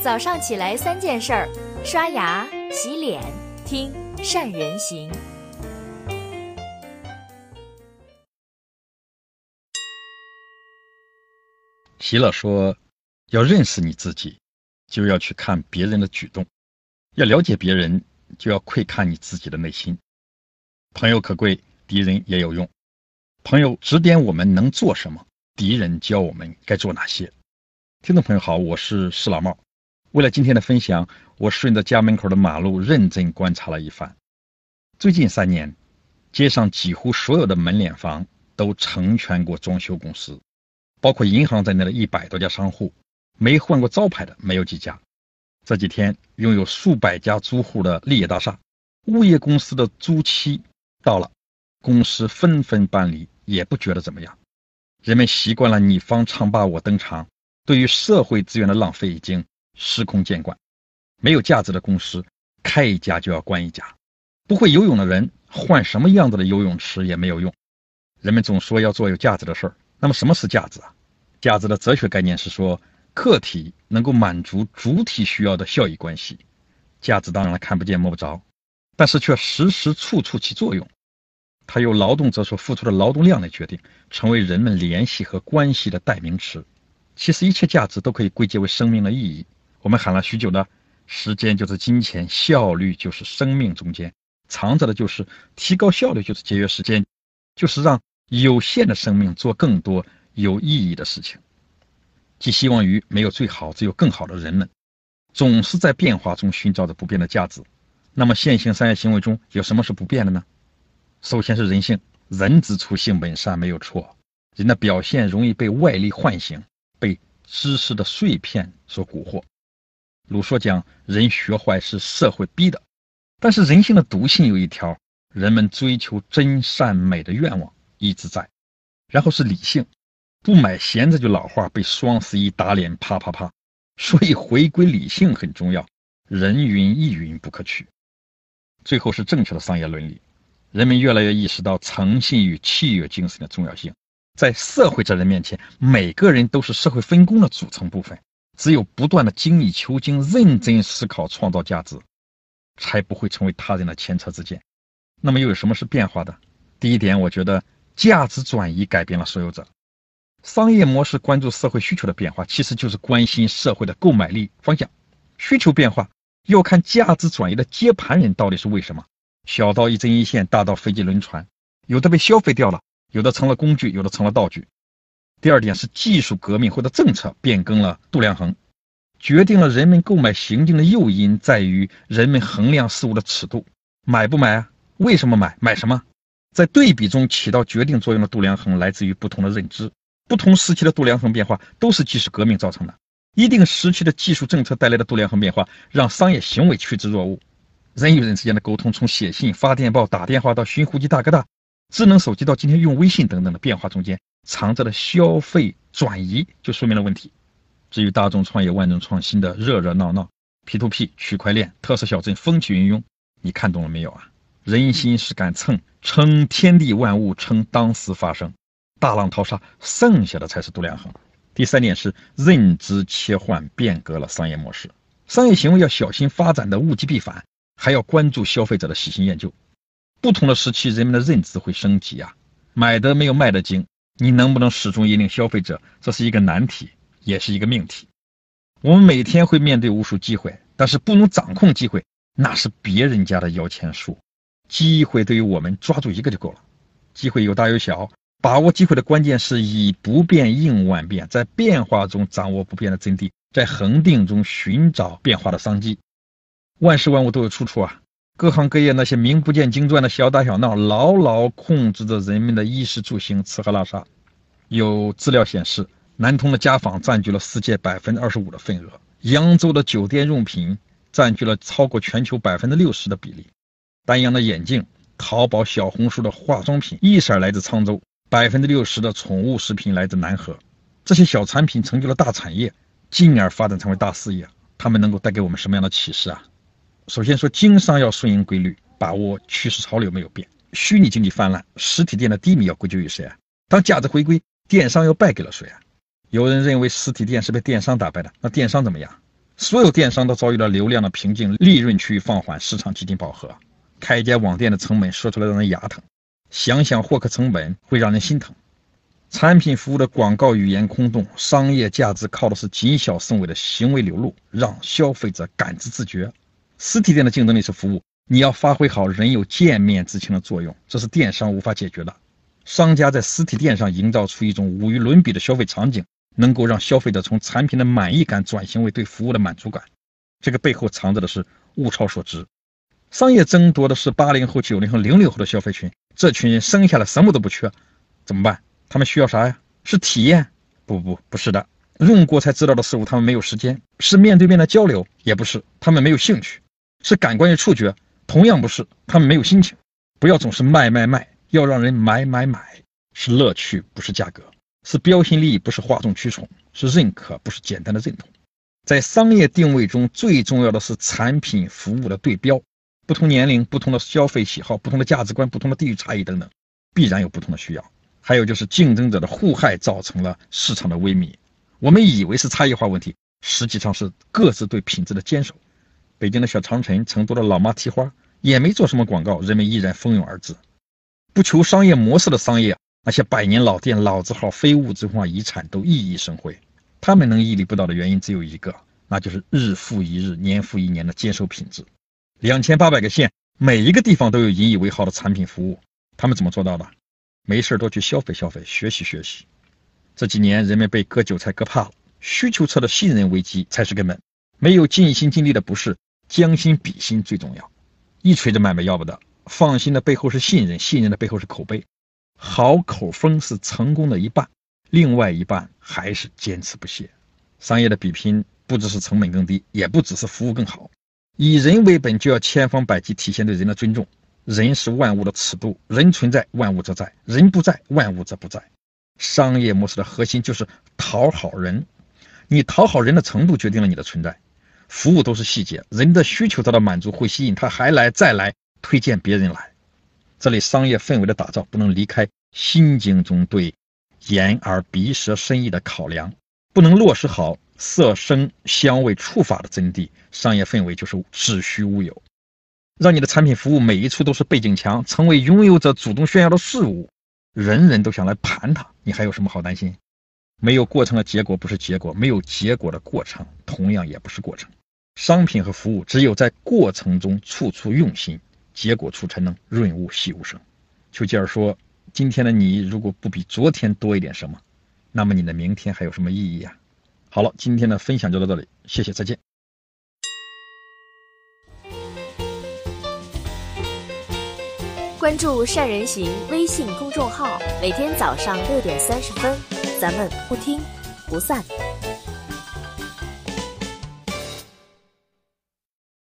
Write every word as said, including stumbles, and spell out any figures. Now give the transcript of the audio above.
早上起来三件事儿：刷牙、洗脸、听善人行。 席勒说，要认识你自己，就要去看别人的举动；要了解别人，就要窥看你自己的内心。朋友可贵，敌人也有用。朋友指点我们能做什么，敌人教我们该做哪些。听众朋友好，我是施老茂。为了今天的分享，我顺着家门口的马路认真观察了一番。最近三年，街上几乎所有的门脸房都成全过装修公司，包括银行在内的一百多家商户，没换过招牌的没有几家。这几天，拥有数百家租户的立业大厦，物业公司的租期到了，公司纷纷搬离，也不觉得怎么样。人们习惯了你方唱罢我登场，对于社会资源的浪费已经司空见惯。没有价值的公司，开一家就要关一家。不会游泳的人，换什么样子的游泳池也没有用。人们总说要做有价值的事儿，那么什么是价值啊？价值的哲学概念是说，客体能够满足主体需要的效益关系。价值当然看不见摸不着，但是却时时处处起作用。它由劳动者所付出的劳动量来决定，成为人们联系和关系的代名词。其实一切价值都可以归结为生命的意义。我们喊了许久的时间就是金钱，效率就是生命中间藏着的，就是提高效率，就是节约时间，就是让有限的生命做更多有意义的事情。寄希望于没有最好，只有更好的人们，总是在变化中寻找着不变的价值。那么现行商业行为中有什么是不变的呢？首先是人性，人之初性本善，没有错。人的表现容易被外力唤醒，被知识的碎片所蛊惑。鲁梭讲，人学坏是社会逼的，但是人性的毒性有一条，人们追求真善美的愿望一直在。然后是理性，不买闲着就老话，被双十一打脸啪啪啪。所以回归理性很重要，人云亦云不可取。最后是正确的商业伦理，人们越来越意识到诚信与契约精神的重要性。在社会责任面前，每个人都是社会分工的组成部分，只有不断的精益求精，认真思考，创造价值，才不会成为他人的前车之鉴。那么又有什么是变化的？第一点，我觉得价值转移改变了所有者。商业模式关注社会需求的变化，其实就是关心社会的购买力方向。需求变化要看价值转移的接盘人到底是为什么。小到一针一线，大到飞机轮船，有的被消费掉了，有的成了工具，有的成了道具。第二点是技术革命或者政策变更了度量衡，决定了人们购买行径的诱因在于人们衡量事物的尺度。买不买啊？为什么买？买什么？在对比中起到决定作用的度量衡来自于不同的认知。不同时期的度量衡变化都是技术革命造成的。一定时期的技术政策带来的度量衡变化，让商业行为趋之若鹜。人与人之间的沟通，从写信、发电报、打电话到寻呼机大哥大，智能手机到今天用微信等等的变化中间，藏着的消费转移就说明了问题。至于大众创业、万众创新的热热闹闹， P to P、区块链、特色小镇风起云涌，你看懂了没有啊？人心是杆秤，称天地万物，称当时发生。大浪淘沙，剩下的才是度量衡。第三点是认知切换变革了商业模式。商业行为要小心发展的物极必反，还要关注消费者的喜新厌旧。不同的时期，人们的认知会升级啊。买得没有卖得精，你能不能始终引领消费者，这是一个难题，也是一个命题。我们每天会面对无数机会，但是不能掌控机会，那是别人家的摇钱树。机会对于我们抓住一个就够了。机会有大有小，把握机会的关键是以不变应万变，在变化中掌握不变的真谛，在恒定中寻找变化的商机。万事万物都有出处啊，各行各业那些名不见经传的小打小闹，牢牢控制着人们的衣食住行、吃喝拉撒。有资料显示，南通的家纺占据了世界百分之二十五的份额，扬州的酒店用品占据了超过全球百分之六十的比例。丹阳的眼镜，淘宝、小红书的化妆品，一色来自沧州，百分之六十的宠物食品来自南河。这些小产品成就了大产业，进而发展成为大事业。他们能够带给我们什么样的启示啊？首先说，经商要顺应规律，把握趋势潮流没有变。虚拟经济泛滥，实体店的低迷要归咎于谁啊？当价值回归，电商又败给了谁啊？有人认为实体店是被电商打败的，那电商怎么样？ 所有电商都遭遇了流量的瓶颈，利润趋于放缓，市场接近饱和。开一家网店的成本说出来让人牙疼，想想获客成本会让人心疼。产品服务的广告语言空洞，商业价值靠的是谨小慎微的行为流露，让消费者感知自觉。实体店的竞争力是服务，你要发挥好人有见面之情的作用，这是电商无法解决的。商家在实体店上营造出一种无与伦比的消费场景，能够让消费者从产品的满意感转型为对服务的满足感，这个背后藏着的是物超所值。商业争夺的是八零后、九零后、零零后的消费群，这群人生下来什么都不缺，怎么办？他们需要啥呀？是体验？不不不是的，用过才知道的事物他们没有时间，是面对面的交流？也不是，他们没有兴趣，是感官与触觉？同样不是，他们没有心情。不要总是卖卖卖，要让人买买买，是乐趣不是价格，是标新立异不是哗众取宠，是认可不是简单的认同。在商业定位中，最重要的是产品服务的对标。不同年龄、不同的消费喜好、不同的价值观、不同的地域差异等等，必然有不同的需要。还有就是竞争者的互害造成了市场的萎靡。我们以为是差异化问题，实际上是各自对品质的坚守。北京的小长城，成都的老妈蹄花，也没做什么广告，人们依然蜂拥而至。不求商业模式的商业，那些百年老店、老字号、非物质文化遗产都熠熠生辉。他们能屹立不倒的原因只有一个，那就是日复一日、年复一年的坚守品质。两千八百个县，每一个地方都有引以为豪的产品服务，他们怎么做到的？没事多去消费消费，学习学习。这几年人们被割韭菜割怕了，需求侧的信任危机才是根本。没有尽心尽力的不是，将心比心最重要。一锤子买卖要不得，放心的背后是信任，信任的背后是口碑。好口风是成功的一半，另外一半还是坚持不懈。商业的比拼不只是成本更低，也不只是服务更好。以人为本，就要千方百计体现对人的尊重。人是万物的尺度，人存在，万物则在；人不在，万物则不在。商业模式的核心就是讨好人，你讨好人的程度决定了你的存在。服务都是细节，人的需求得到满足会吸引他还来再来，推荐别人来。这类商业氛围的打造不能离开心经中对眼耳鼻舌身意的考量，不能落实好色声香味触法的真谛。商业氛围就是子虚乌有，让你的产品服务每一处都是背景墙，成为拥有者主动炫耀的事物，人人都想来盘它，你还有什么好担心？没有过程的结果不是结果，没有结果的过程同样也不是过程。商品和服务只有在过程中处处用心，结果处才能润物细无声。丘吉尔说，今天的你如果不比昨天多一点什么，那么你的明天还有什么意义啊？好了，今天的分享就到这里，谢谢，再见。 关注善人行微信公众号，每天早上六点三十分，咱们不听不散。